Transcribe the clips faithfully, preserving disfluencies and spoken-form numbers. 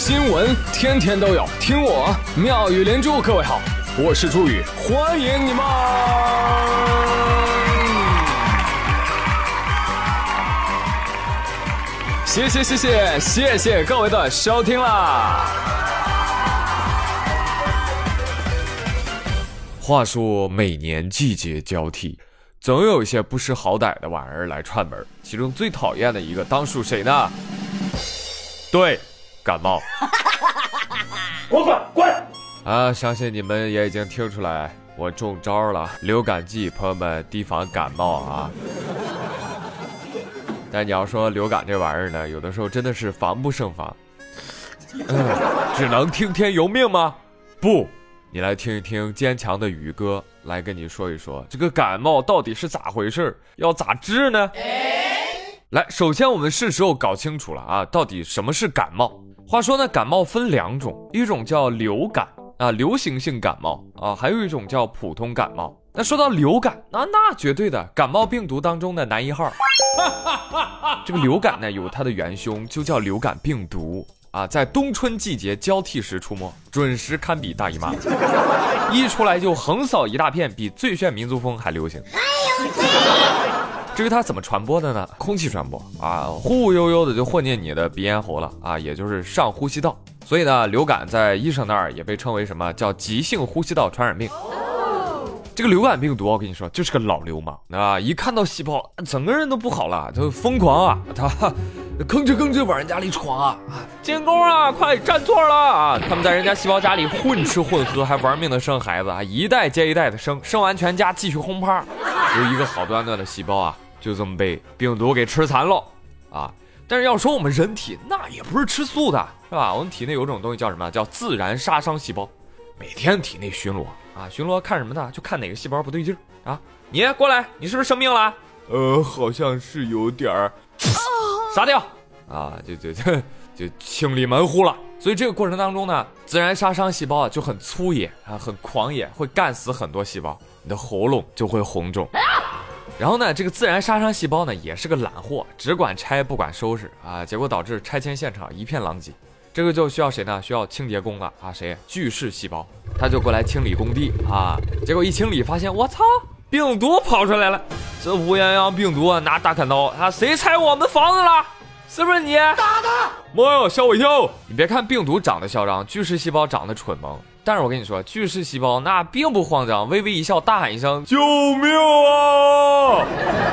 新闻天天都有，听我妙语连珠。各位好，我是朱宇，欢迎你们！谢谢谢谢谢谢各位的收听啦！话说每年季节交替，总有一些不识好歹的玩意儿来串门，其中最讨厌的一个当属谁呢？对，感冒。 滚滚滚！ 啊，相信你们也已经听出来，我中招了。流感季，朋友们提防感冒啊！但你要说流感这玩意儿呢，有的时候真的是防不胜防。嗯，只能听天由命吗？不，你来听一听坚强的宇哥来跟你说一说，这个感冒到底是咋回事，要咋治呢？来，首先我们是时候搞清楚了啊，到底什么是感冒？话说呢，感冒分两种，一种叫流感啊，流行性感冒啊，还有一种叫普通感冒。那说到流感，那那绝对的感冒病毒当中的男一号。这个流感呢，有它的元凶，就叫流感病毒啊，在冬春季节交替时出没，准时堪比大姨妈，一出来就横扫一大片，比最炫民族风还流行。至于它怎么传播的呢？空气传播啊，忽忽悠悠的就混进你的鼻咽喉了啊，也就是上呼吸道。所以呢，流感在医生那儿也被称为什么叫急性呼吸道传染病。这个流感病毒我跟你说就是个老流氓啊，一看到细胞整个人都不好了，就疯狂啊，他吭哧吭哧往人家里闯啊，进攻啊，快占座了啊！他们在人家细胞家里混吃混喝，还玩命的生孩子啊，一代接一代的生，生完全家继续轰趴，有一个好端端的细胞啊，就这么被病毒给吃残了啊！但是要说我们人体那也不是吃素的，是吧？我们体内有种东西叫什么？叫自然杀伤细胞，每天体内巡逻啊，巡逻看什么呢？就看哪个细胞不对劲啊！你过来，你是不是生病了？呃，好像是有点儿，杀掉啊！就就就就清理门户了。所以这个过程当中呢，自然杀伤细胞啊就很粗野啊，很狂野，会干死很多细胞，你的喉咙就会红肿。然后呢，这个自然杀伤细胞呢也是个懒货，只管拆不管收拾啊，结果导致拆迁现场一片狼藉。这个就需要谁呢？需要清洁工了啊！谁？巨噬细胞，他就过来清理工地啊。结果一清理，发现我操，病毒跑出来了！这乌泱泱病毒啊，拿大砍刀啊！谁拆我们房子了？是不是你打的？妈呀，吓我一跳！你别看病毒长得嚣张，巨噬细胞长得蠢萌，但是我跟你说，巨噬细胞那并不慌张，微微一笑，大喊一声：“救命啊！”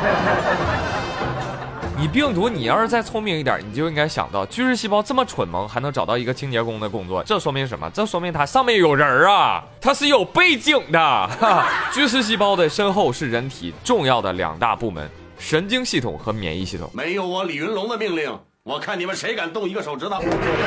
你病毒，你要是再聪明一点，你就应该想到，巨噬细胞这么蠢萌，还能找到一个清洁工的工作，这说明什么？这说明它上面有人啊，它是有背景的。巨噬细胞的身后是人体重要的两大部门：神经系统和免疫系统。 没有我李云龙的命令，我看你们谁敢动一个手指头。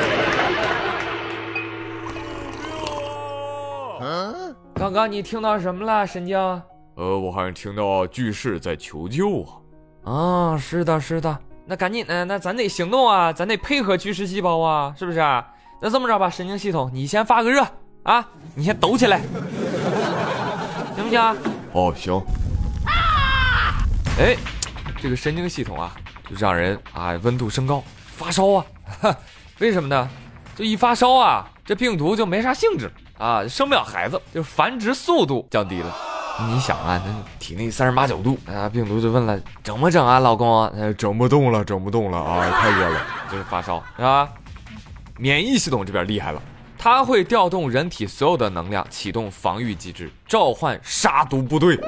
嗯，刚刚你听到什么了，神经？呃，我好像听到巨噬在求救啊。啊，是的，是的，那赶紧的，那咱得行动啊，咱得配合巨噬细胞啊，是不是啊？那这么着吧，神经系统，你先发个热啊，你先抖起来，行不行？哦，行。啊！哎，这个神经系统啊，就让人啊温度升高，发烧啊，为什么呢？就一发烧啊，这病毒就没啥兴致啊，生不了孩子，就繁殖速度降低了。你想啊，那体内三十八九度啊，病毒就问了，整不整啊，老公？呃，整不动了，整不动了啊，太热了，就是发烧啊。免疫系统这边厉害了，它会调动人体所有的能量，启动防御机制，召唤杀毒部队。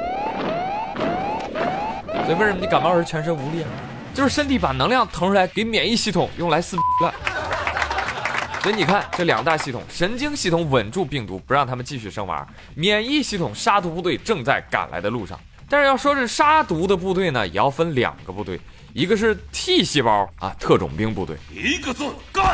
所以为什么你感冒时全身无力啊？就是身体把能量腾出来给免疫系统用来撕了。所以你看，这两大系统，神经系统稳住病毒，不让他们继续生娃；免疫系统杀毒部队正在赶来的路上。但是要说是杀毒的部队呢，也要分两个部队，一个是 T 细胞啊，特种兵部队， 一个字干；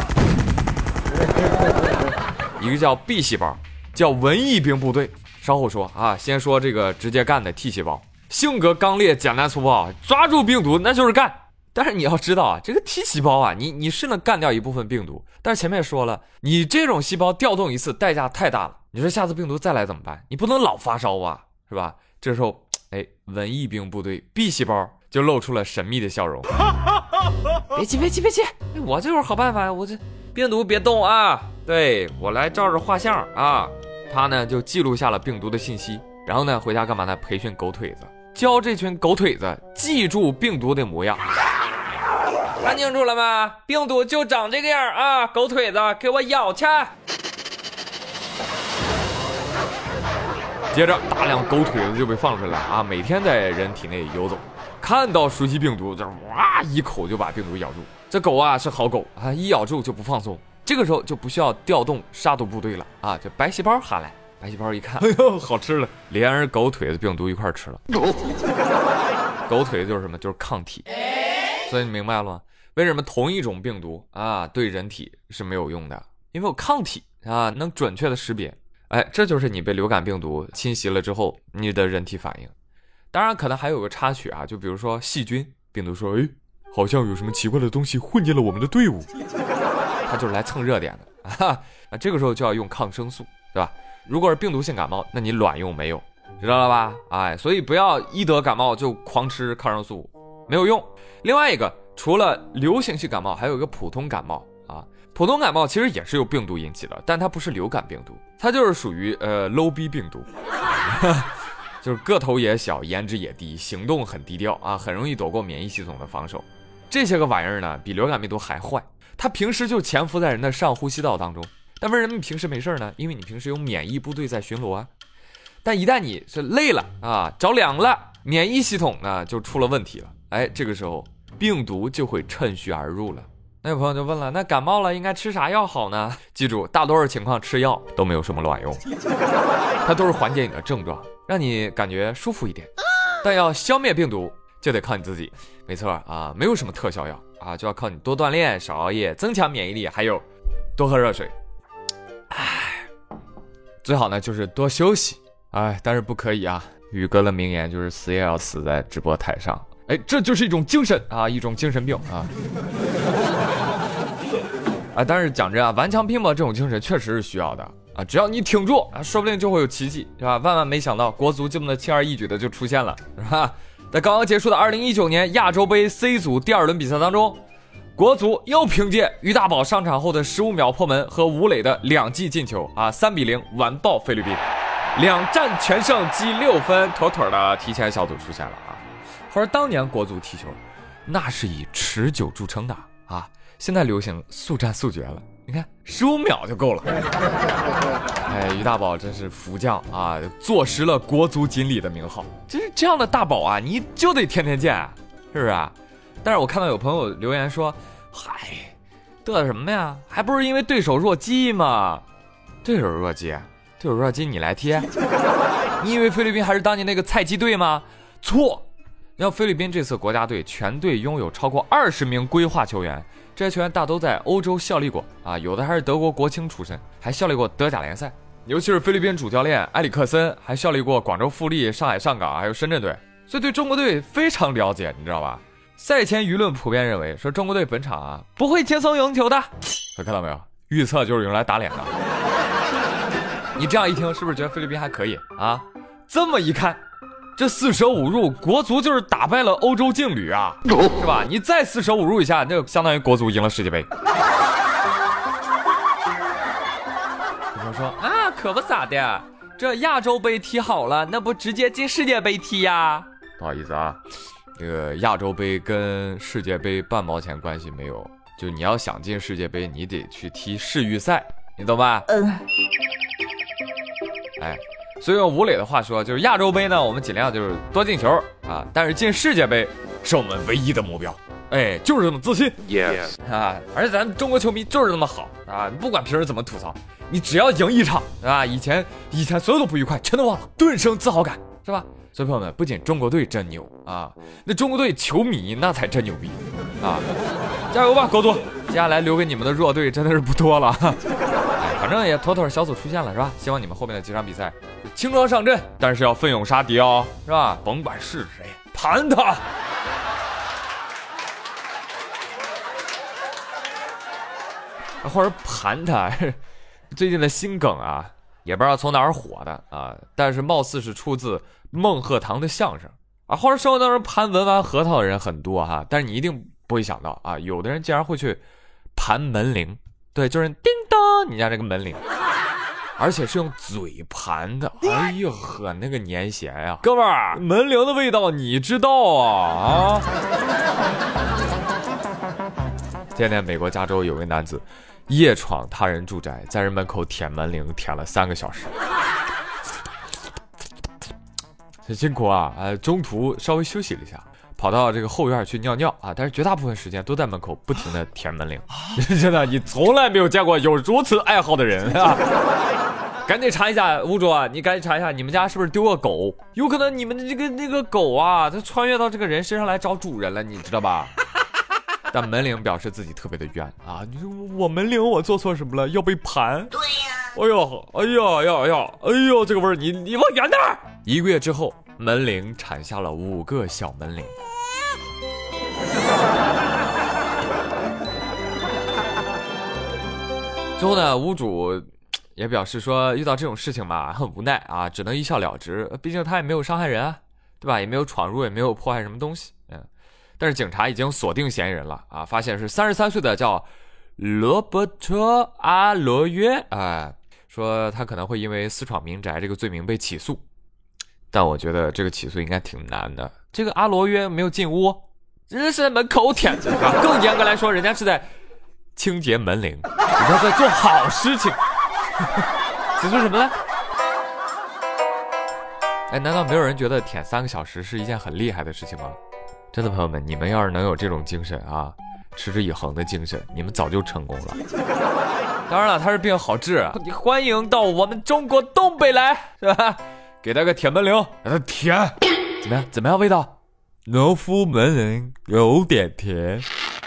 一个叫 B 细胞，叫文艺兵部队。稍后说啊，先说这个直接干的 T 细胞，性格刚烈，简单粗暴，抓住病毒那就是干。但是你要知道啊，这个 T 细胞啊，你你是能干掉一部分病毒，但是前面说了，你这种细胞调动一次代价太大了。你说下次病毒再来怎么办？你不能老发烧啊，是吧？这时候，哎，文艺兵部队 B 细胞就露出了神秘的笑容。别急别急别急，我这有好办法呀！我这病毒别动啊，对，我来照着画像啊。他呢就记录下了病毒的信息，然后呢回家干嘛呢？培训狗腿子，教这群狗腿子记住病毒的模样。看清楚了吗？病毒就长这个样啊！狗腿子，给我咬去！接着，大量狗腿子就被放出来啊，每天在人体内游走，看到熟悉病毒，就哇一口就把病毒咬住。这狗啊是好狗啊，一咬住就不放松。这个时候就不需要调动杀毒部队了啊，这白细胞喊来，白细胞一看，哎呦，好吃了，连着狗腿子病毒一块吃了。狗腿子就是什么？就是抗体。所以你明白了吗？为什么同一种病毒啊对人体是没有用的？因为有抗体啊，能准确的识别。哎，这就是你被流感病毒侵袭了之后你的人体反应。当然可能还有个插曲啊，就比如说细菌，病毒说，哎，好像有什么奇怪的东西混进了我们的队伍，它就是来蹭热点的啊。那这个时候就要用抗生素，对吧？如果是病毒性感冒，那你卵用没有，知道了吧？哎，所以不要一得感冒就狂吃抗生素，没有用。另外一个，除了流行性感冒，还有一个普通感冒啊。普通感冒其实也是由病毒引起的，但它不是流感病毒，它就是属于呃 low B 病毒，就是个头也小，颜值也低，行动很低调啊，很容易躲过免疫系统的防守。这些个玩意儿呢，比流感病毒还坏，它平时就潜伏在人的上呼吸道当中。但为什么你平时没事呢？因为你平时有免疫部队在巡逻啊。但一旦你是累了啊，着凉了，免疫系统呢就出了问题了。哎，这个时候病毒就会趁虚而入了。那有朋友就问了，那感冒了应该吃啥药好呢？记住，大多数情况吃药都没有什么卵用，它都是缓解你的症状，让你感觉舒服一点。但要消灭病毒，就得靠你自己。没错啊，没有什么特效药啊，就要靠你多锻炼、少熬夜、增强免疫力，还有多喝热水。唉，最好呢就是多休息。哎，但是不可以啊。宇哥的名言就是死也要死在直播台上。哎，这就是一种精神啊，一种精神病啊。啊，但是讲真啊，顽强拼搏这种精神确实是需要的啊，只要你挺住啊，说不定就会有奇迹，是吧？万万没想到，国足这么的轻而易举的就出现了，是吧？在刚刚结束的二零一九年亚洲杯 C 组第二轮比赛当中，国足又凭借于大宝上场后的十五秒破门和吴磊的两记进球啊，三比零完爆菲律宾，两战全胜，积六分，妥妥的提前小组出现了啊。或者当年国足踢球，那是以持久著称的啊。现在流行速战速决了，你看十五秒就够了。哎，于大宝真是福将啊，坐实了国足锦鲤的名号。就是这样的大宝啊，你就得天天见，是不是啊？但是我看到有朋友留言说，嗨，嘚瑟什么呀？还不是因为对手弱鸡吗？对手弱鸡，对手弱鸡你来踢？你以为菲律宾还是当年那个菜鸡队吗？错。然后菲律宾这次国家队全队拥有超过二十名规划球员，这些球员大都在欧洲效力过啊，有的还是德国国青出身，还效力过德甲联赛。尤其是菲律宾主教练埃里克森还效力过广州富力、上海上港还有深圳队，所以对中国队非常了解，你知道吧？赛前舆论普遍认为说中国队本场啊不会轻松赢球的，可看到没有？预测就是用来打脸的。你这样一听，是不是觉得菲律宾还可以啊？这么一看，这四舍五入，国足就是打败了欧洲劲旅啊，是吧？你再四舍五入一下，那就相当于国足赢了世界杯。有人说啊，可不咋的，这亚洲杯踢好了，那不直接进世界杯踢呀？不好意思啊，这个亚洲杯跟世界杯半毛钱关系没有，就你要想进世界杯，你得去踢世预赛，你懂吧？嗯。哎。所以用吴磊的话说，就是亚洲杯呢，我们尽量就是多进球啊，但是进世界杯是我们唯一的目标。哎，就是这么自信 ，yes 啊！而且咱中国球迷就是这么好啊，不管平时怎么吐槽，你只要赢一场啊，以前以前所有的不愉快全都忘了，顿生自豪感，是吧？所以朋友们，不仅中国队真牛啊，那中国队球迷那才真牛逼啊！加油吧，国足！接下来留给你们的弱队真的是不多了。反正也妥妥小组出现了，是吧？希望你们后面的几场比赛轻装上阵，但是要奋勇杀敌哦，是吧？甭管是谁，盘他！或者盘他，最近的新梗啊，也不知道从哪儿火的啊，但是貌似是出自孟鹤堂的相声啊。或者生活当中盘文玩核桃的人很多哈，但是你一定不会想到啊，有的人竟然会去盘门铃。 对，就是叮当，你家这个门铃，而且是用嘴盘的。哎呦呵，那个粘鞋呀，哥们儿，门铃的味道你知道啊啊！前天美国加州有位男子夜闯他人住宅，在人门口舔门铃，舔了三个小时。很辛苦啊，呃，中途稍微休息了一下，跑到这个后院去尿尿啊，但是绝大部分时间都在门口不停的舔门铃。真的，你从来没有见过有如此爱好的人啊！赶紧查一下，屋主啊，你赶紧查一下，你们家是不是丢个狗？有可能你们的这个那个狗啊，它穿越到这个人身上来找主人了，你知道吧？但门铃表示自己特别的冤啊！你说我门铃我做错什么了？要被盘？对呀！哎呦，哎呀呀呀！哎呦，这个味儿，你你往远点儿！一个月之后，门铃产下了五个小门铃。最后呢，屋主也表示说，遇到这种事情吧，很无奈啊，只能一笑了之。毕竟他也没有伤害人啊，对吧？也没有闯入，也没有破坏什么东西。嗯。但是警察已经锁定嫌疑人了啊！发现是三十三岁的叫罗伯特·阿罗约，哎，说他可能会因为私闯民宅这个罪名被起诉，但我觉得这个起诉应该挺难的。这个阿罗约没有进屋，人家是在门口舔着啊，更严格来说，人家是在清洁门铃，人家在做好事情。起诉什么呢？哎，难道没有人觉得舔三个小时是一件很厉害的事情吗？真的朋友们，你们要是能有这种精神啊，持之以恒的精神，你们早就成功了。当然了，他是病好治啊，你欢迎到我们中国东北来，是吧？给他个舔门铃，让他舔，怎么样？怎么样？味道？农夫门铃有点甜。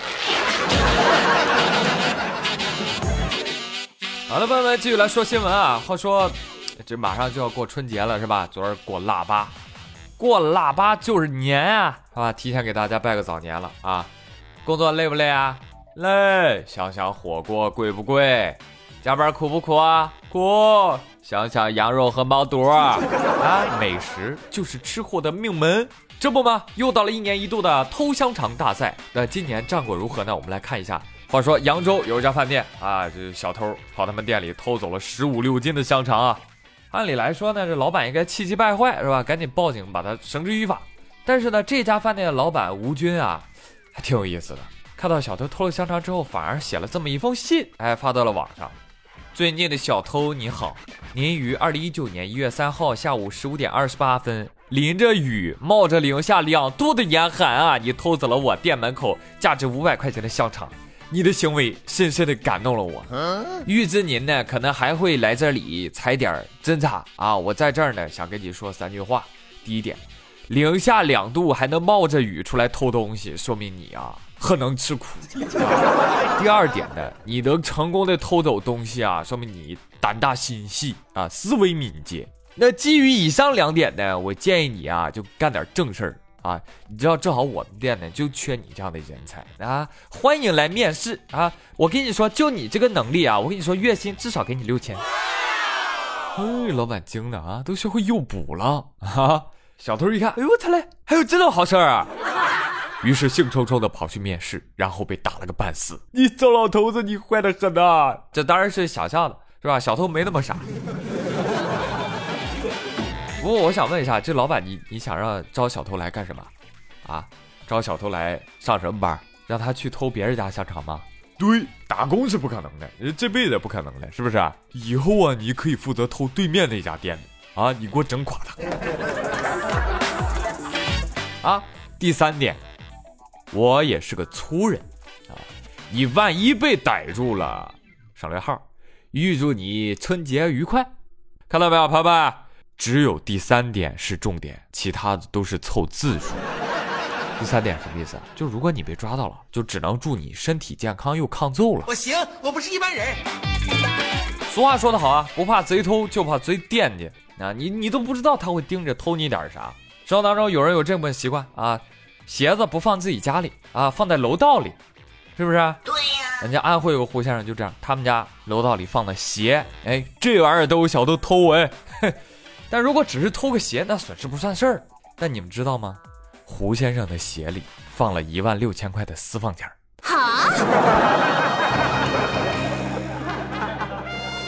好了，朋友们，继续来说新闻啊。话说，这马上就要过春节了，是吧？昨儿过腊八。过了腊八就是年啊，是吧？提前给大家拜个早年了啊！工作累不累啊？累。想想火锅贵不贵？加班苦不苦啊？苦。想想羊肉和毛肚啊！美食就是吃货的命门，这不吗？又到了一年一度的偷香肠大赛，那今年战果如何呢？我们来看一下。话说扬州有一家饭店啊，这小偷跑他们店里偷走了十五六斤的香肠啊！按理来说呢，这老板应该气急败坏，是吧？赶紧报警，把他绳之于法。但是呢，这家饭店的老板吴军啊，还挺有意思的。看到小偷偷了香肠之后，反而写了这么一封信，哎，发到了网上。尊敬的小偷你好，您于二零一九年一月三号下午十五点二十八分，淋着雨，冒着零下两度的严寒啊，你偷走了我店门口价值五百块钱的香肠。你的行为深深的感动了我，预知您呢可能还会来这里踩点针查啊，我在这儿呢想跟你说三句话。第一点，零下两度还能冒着雨出来偷东西，说明你啊很能吃苦。第二点呢，你能成功的偷走东西啊，说明你胆大心细啊，思维敏捷。那基于以上两点呢，我建议你啊就干点正事儿。啊，你知道正好我们店呢就缺你这样的人才啊，欢迎来面试啊！我跟你说，就你这个能力啊，我跟你说，月薪至少给你六千。哎，老板惊了啊，都学会诱捕了啊！小偷一看，哎呦我操嘞，还有这种好事啊！于是兴冲冲的跑去面试，然后被打了个半死。你糟老头子，你坏得很啊！这当然是想象的，是吧？小偷没那么傻。不过我想问一下，这老板你你想让招小偷来干什么啊？招小偷来上什么班？让他去偷别人家香肠吗？对，打工是不可能的，这辈子不可能的，是不是？以后啊，你可以负责偷对面那家店的啊，你给我整垮他啊！第三点，我也是个粗人啊，你万一被逮住了，省略号，预祝你春节愉快。看到没有，朋友们？只有第三点是重点，其他的都是凑字数。第三点什么意思啊？就如果你被抓到了，就只能祝你身体健康又抗揍了。 我行，我不是一般人。 俗话说得好啊，不怕贼偷，就怕贼惦记啊！你你都不知道他会盯着偷你点啥。生活当中有人有这么习惯啊，鞋子不放自己家里啊，放在楼道里，是不是？ 对呀。 人家安徽有个胡先生就这样，他们家楼道里放的鞋，哎，这玩意儿都有小偷偷哎。但如果只是偷个鞋，那损失不算事儿。但你们知道吗？胡先生的鞋里放了一万六千块的私房钱。哈！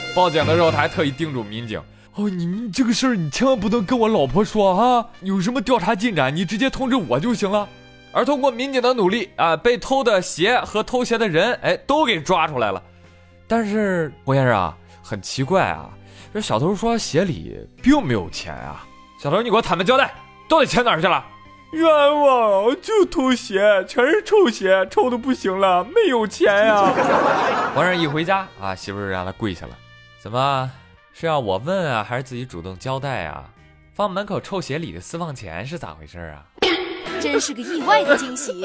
报警的时候他还特意叮嘱民警，哦，你们这个事儿你千万不能跟我老婆说啊，有什么调查进展你直接通知我就行了。而通过民警的努力啊，被偷的鞋和偷鞋的人哎都给抓出来了。但是胡先生啊，很奇怪啊，这小偷说鞋里并没有钱啊。小偷，你给我坦白交代，到底钱哪儿去了？冤枉，就偷鞋，全是臭鞋，臭的不行了，没有钱呀。王仁一回家啊，媳妇儿让他跪下了。怎么是要我问啊，还是自己主动交代啊？放门口臭鞋里的私房钱是咋回事啊？ 真是个意外的惊喜。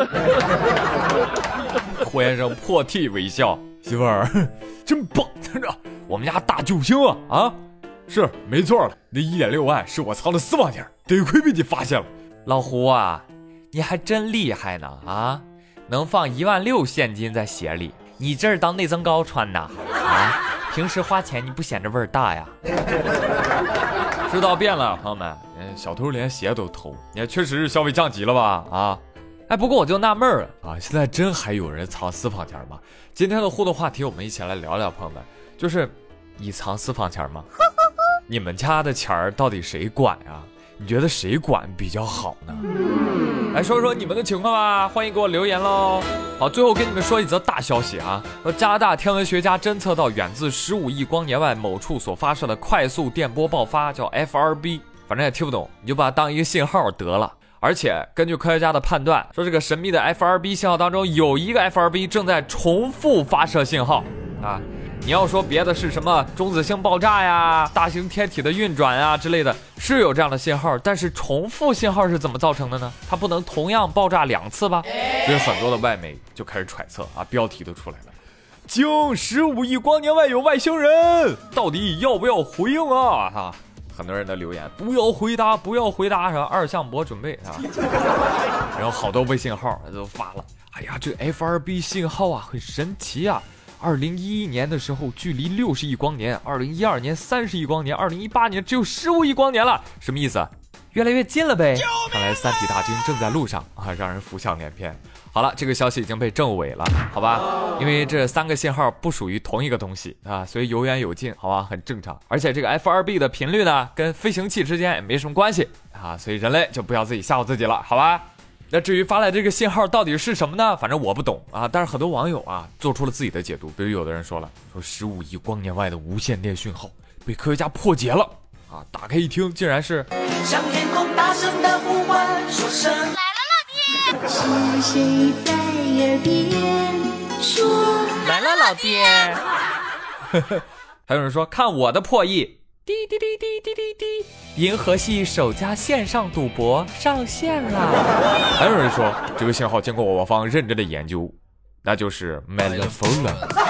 胡先生破涕为笑，媳妇儿真棒，我们家大救星啊啊！是没错了，那一点六万是我藏的私房钱，得亏被你发现了。老胡啊，你还真厉害呢啊！能放一万六现金在鞋里，你这是当内增高穿的啊？平时花钱你不显着味儿大呀？世道变了，朋友们，小偷连鞋都偷，也确实是消费降级了吧？啊！哎，不过我就纳闷了啊，现在真还有人藏私房钱吗？今天的互动话题，我们一起来聊聊，朋友们，就是你藏私房钱吗？你们家的钱儿到底谁管呀？你觉得谁管比较好呢？来说说你们的情况吧，欢迎给我留言喽。好，最后跟你们说一则大消息啊，说加拿大天文学家侦测到远自十五亿光年外某处所发射的快速电波爆发，叫 F R B， 反正也听不懂，你就把它当一个信号得了。而且根据科学家的判断，说这个神秘的 F R B 信号当中有一个 F R B 正在重复发射信号啊。你要说别的是什么中子星爆炸呀、大型天体的运转啊之类的，是有这样的信号，但是重复信号是怎么造成的呢？它不能同样爆炸两次吧？所以很多的外媒就开始揣测啊，标题都出来了，经十五亿光年外有外星人，到底要不要回应啊？哈，很多人的留言不要回答，不要回答，啥二向箔准备啊，然后好多微信号都发了，哎呀，这 F R B 信号啊很神奇啊。二零一一年的时候距离六十亿光年，二零一二年三十亿光年，二零一八年只有十五亿光年了，什么意思？越来越近了呗。看来三体大军正在路上啊，让人浮想联翩。好了，这个消息已经被证伪了，好吧？因为这三个信号不属于同一个东西啊，所以有远有近，好吧，很正常。而且这个 F R B 的频率呢，跟飞行器之间也没什么关系啊，所以人类就不要自己吓唬自己了，好吧？那至于发来这个信号到底是什么呢？反正我不懂啊，但是很多网友啊做出了自己的解读，比如有的人说了，说十五亿光年外的无线电讯号被科学家破解了啊，打开一听竟然是向天空大声的呼唤，说声来了老爹， 是谁在耳边说来了老爹。还有人说看我的破译，滴滴滴滴滴滴滴，银河系首家线上赌博上线了。还有人说这个信号经过我方认真的研究，那就是 Melaphola。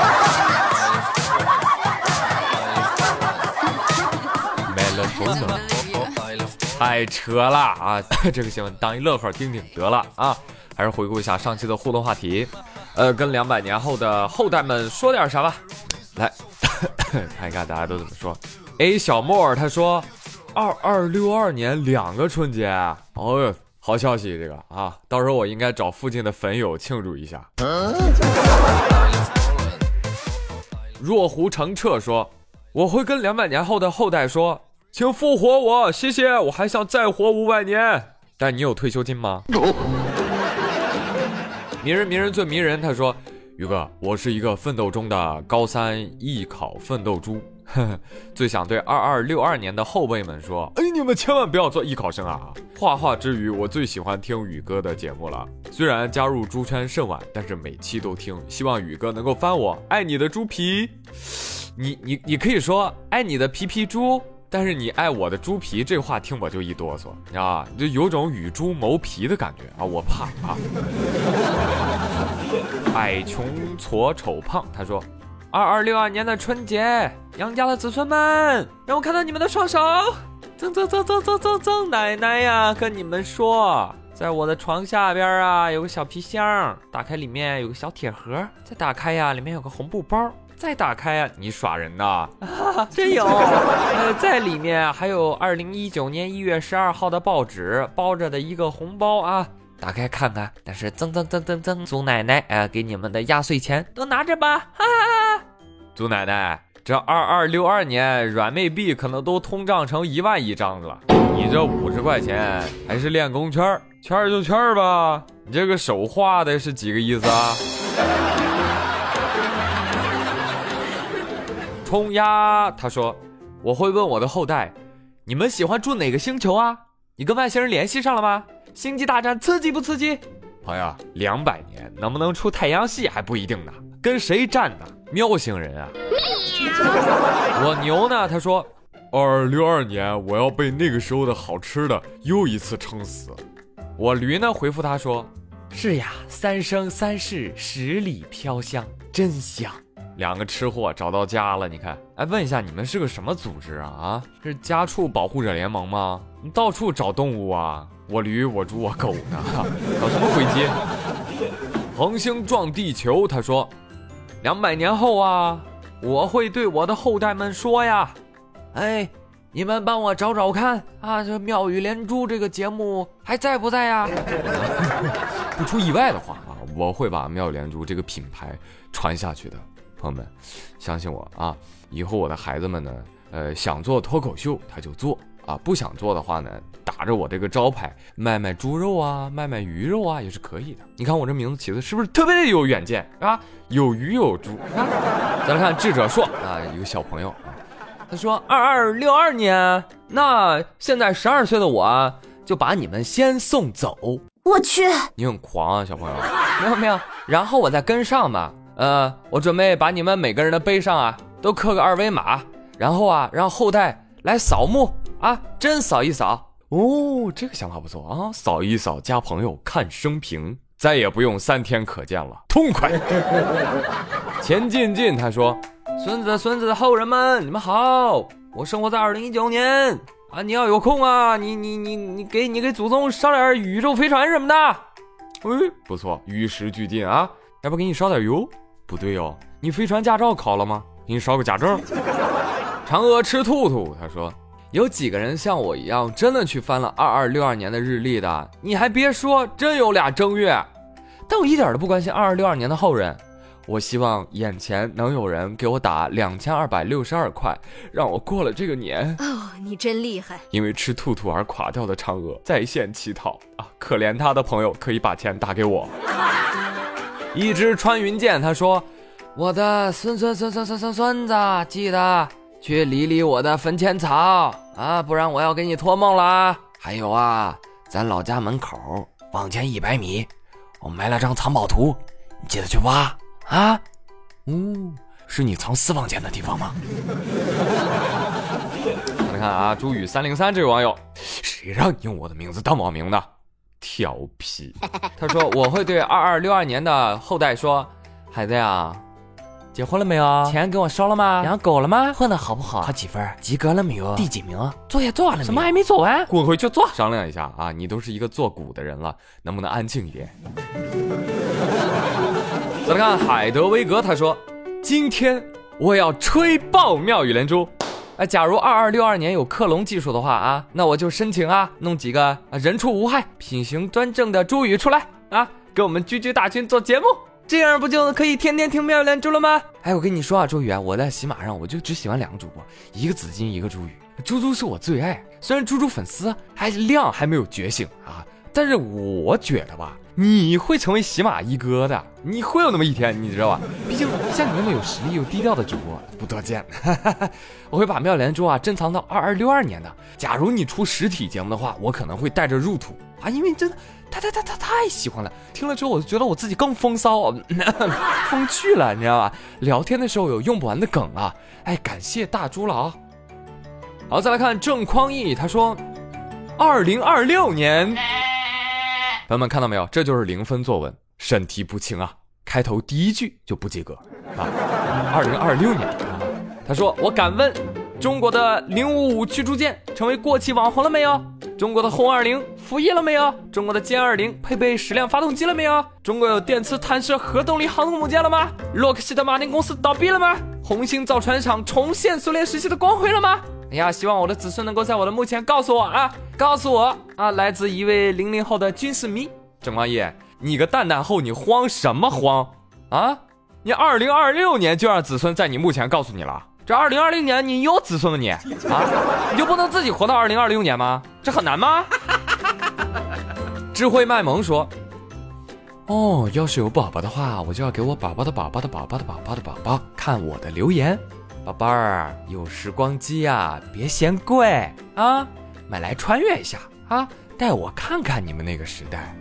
Melaphola 太扯了啊！这个新闻当一乐呵听听得了啊。还是回顾一下上期的互动话题，呃，跟两百年后的后代们说点啥吧。来看一看大家都怎么说。A 小莫尔他说二二六二年两个春节，哦哟，好消息这个啊，到时候我应该找附近的粉友庆祝一下。若湖澄澈说我会跟两百年后的后代说，请复活我，谢谢，我还想再活五百年。但你有退休金吗？迷人迷人最迷人他说，宇哥，我是一个奋斗中的高三艺考奋斗猪，呵呵，最想对二二六二年的后辈们说，哎，你们千万不要做艺考生啊！画画之余，我最喜欢听宇哥的节目了。虽然加入猪圈甚晚，但是每期都听，希望宇哥能够翻我。爱你的猪皮，你你你可以说爱你的皮皮猪，但是你爱我的猪皮这话听我就一哆嗦啊，就有种与猪谋皮的感觉啊，我怕啊。矮穷矬丑胖他说，二二六二年的春节，杨家的子孙们，让我看到你们的双手，曾曾曾曾曾曾曾奶奶呀，跟你们说，在我的床下边啊有个小皮箱，打开里面有个小铁盒，再打开呀里面有个红布包，再打开呀，你耍人呐、啊、真有呃，在里面还有二零一九年一月十二号的报纸包着的一个红包啊，打开看看，但是曾曾曾曾曾祖奶奶、呃、给你们的压岁钱都拿着吧，哈哈哈。祖奶奶， 这二二六二年软妹币可能都通胀成一万一张了，你这五十块钱还是练功圈，圈就圈吧，你这个手画的是几个意思啊？冲呀，他说我会问我的后代，你们喜欢住哪个星球啊？你跟外星人联系上了吗？星际大战刺激不刺激？朋友，两百年能不能出太阳系还不一定呢，跟谁战呢？喵星人啊！我牛呢？他说，二六二年我要被那个时候的好吃的又一次撑死。我驴呢回复他说，是呀，三生三世十里飘香，真香。两个吃货找到家了，你看，哎，问一下你们是个什么组织啊？啊，是家畜保护者联盟吗？你到处找动物啊？我驴，我猪，我狗呢？搞什么鬼街？恒星撞地球，他说，两百年后啊，我会对我的后代们说呀，哎，你们帮我找找看啊，这妙语连珠这个节目还在不在呀？不出意外的话啊，我会把妙语连珠这个品牌传下去的。朋友们，相信我啊，以后我的孩子们呢，呃，想做脱口秀他就做啊，不想做的话呢，打着我这个招牌卖卖猪肉啊，卖卖鱼肉啊，也是可以的。你看我这名字起的是不是特别的有远见啊？有鱼有猪啊！再来看智者说啊，一个小朋友啊，他说二二六二年，那现在十二岁的我就把你们先送走。 我去， 你很狂啊，小朋友，没有没有，然后我再跟上嘛。呃，我准备把你们每个人的背上啊都刻个二维码，然后啊让后代来扫墓啊，真扫一扫。哦，这个想法不错啊，扫一扫加朋友看生平，再也不用三天可见了，痛快。钱进进他说，孙子孙子的后人们，你们好，我生活在二零一九年啊，你要有空啊，你你你你给你给祖宗烧点宇宙飞船什么的。哎，不错，与时俱进啊，要不给你烧点油？不对哦，你飞船驾照考了吗？给你烧个假证。嫦娥吃兔兔他说，有几个人像我一样真的去翻了二二六二年的日历的？你还别说，真有俩正月。但我一点都不关心二二六二年的后人，我希望眼前能有人给我打两千二百六十二块，让我过了这个年。 哦，你真厉害！ 因为吃兔兔而垮掉的嫦娥在线乞讨啊，可怜他的朋友可以把钱打给我。一只穿云箭他说，我的孙孙孙孙孙孙孙子，记得去理理我的坟前草啊，不然我要给你托梦了。还有啊，咱老家门口往前一百米，我埋了张藏宝图，你记得去挖啊。哦，是你藏私房钱的地方吗？看看啊，朱宇三零三这位网友，谁让你用我的名字当网名的？调皮。他说，我会对二二六二年的后代说，孩子呀，结婚了没有？钱给我烧了吗？养狗了吗？混得好不好？考几分？及格了没有？第几名？作业做完了没有？什么还没做完？滚回去做。商量一下啊，你都是一个做股的人了，能不能安静一点？再来看海德威格，他说，今天我要吹爆妙语连珠。哎，假如二二六二年有克隆技术的话啊，那我就申请啊，弄几个人畜无害、品行端正的猪语出来啊，给我们居居大军做节目，这样不就可以天天听妙语连珠了吗？哎，我跟你说啊，周宇啊，我在喜马上我就只喜欢两个主播，一个紫金，一个朱宇。猪猪是我最爱，虽然猪猪粉丝还量还没有觉醒啊，但是我觉得吧，你会成为喜马一哥的，你会有那么一天，你知道吧？毕竟像你那么有实力又低调的主播不多见。我会把妙语连珠啊珍藏到二二六二年的。假如你出实体节目的话，我可能会带着入土啊，因为真的他他他他太喜欢了，听了之后我就觉得我自己更风骚，风趣了，你知道吧？聊天的时候有用不完的梗啊，哎，感谢大猪了啊。好，再来看郑匡义，他说，二零二六年。朋友们看到没有，这就是零分作文，审题不清啊，开头第一句就不及格啊。二零二六年，他说，我敢问，中国的零五五驱逐舰成为过气网红了没有？中国的轰二零服役了没有？中国的歼二零配备矢量发动机了没有？中国有电磁弹射核动力航空母舰了吗？洛克希德马丁公司倒闭了吗？红星造船厂重现苏联时期的光辉了吗？哎呀，希望我的子孙能够在我的墓前告诉我啊，告诉我啊，来自一位零零后的军事迷。郑光义，你个蛋蛋后，你慌什么慌啊？你二零二六年就让子孙在你墓前告诉你了， 这二零二零年你有子孙吗你啊？你就不能自己活到二零二六年吗？这很难吗？智慧卖萌说，哦，要是有宝宝的话，我就要给我宝宝的宝宝的宝宝的宝宝的宝宝看我的留言。宝贝儿，有时光机啊，别嫌贵啊，买来穿越一下啊，带我看看你们那个时代。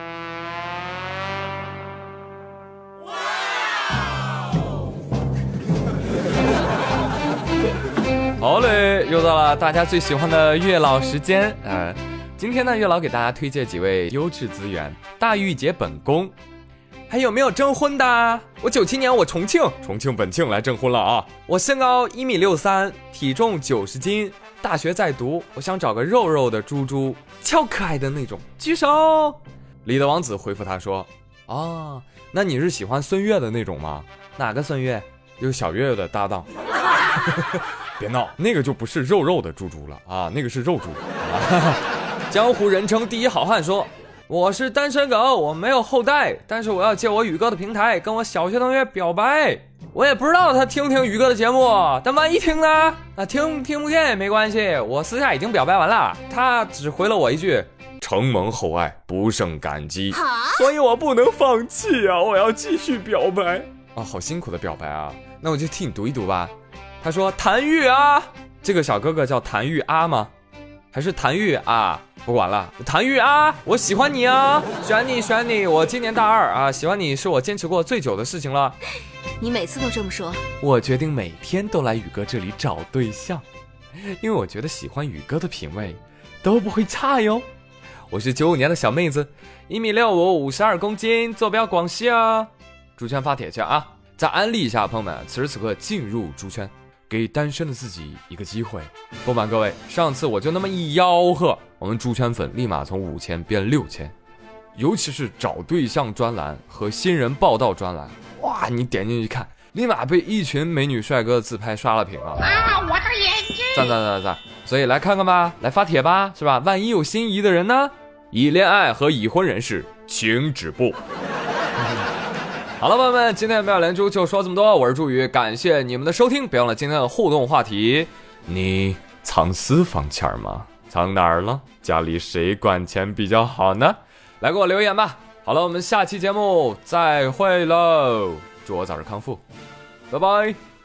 好嘞，又到了大家最喜欢的月老时间。呃，今天呢，月老给大家推荐几位优质资源。大御姐本宫，还有没有征婚的？我九七年我重庆，重庆本庆来征婚了啊！我身高一米六三，体重九十斤，大学在读。我想找个肉肉的猪猪，超可爱的那种，举手。李的王子回复他说：哦，那你是喜欢孙悦的那种吗？哪个孙悦？有小岳岳的搭档。别闹，那个就不是肉肉的猪猪了啊，那个是肉猪。江湖人称第一好汉说，我是单身狗，我没有后代，但是我要借我宇哥的平台跟我小学同学表白。我也不知道他听不听宇哥的节目，但万一听呢？那听听不见也没关系，我私下已经表白完了，他只回了我一句承蒙厚爱，不胜感激，所以我不能放弃啊，我要继续表白啊，好辛苦的表白啊，那我就替你读一读吧。他说谭玉啊，这个小哥哥叫谭玉啊吗？还是谭玉啊？不管了，谭玉啊，我喜欢你啊，选你选你，我今年大二啊，喜欢你是我坚持过最久的事情了。 你每次都这么说。 我决定每天都来宇哥这里找对象，因为我觉得喜欢宇哥的品味都不会差哟。我是九五年的小妹子，一米六五，五十二公斤，坐标广西啊。猪圈发帖去啊！再安利一下，朋友们，此时此刻进入猪圈。给单身的自己一个机会。不瞒各位，上次我就那么一吆喝，我们猪圈粉立马从五千变六千，尤其是找对象专栏和新人报道专栏，哇，你点进去看，立马被一群美女帅哥的自拍刷了屏啊！啊，我的眼睛！赞赞赞赞！所以来看看吧，来发帖吧，是吧？万一有心仪的人呢？已恋爱和已婚人士请止步。好了，朋友们，今天的妙连珠就说这么多，我是朱宇，感谢你们的收听，别忘了今天的互动话题，你藏私房钱吗？藏哪儿了？家里谁管钱比较好呢？来给我留言吧。好了，我们下期节目再会喽，祝我早日康复，拜拜。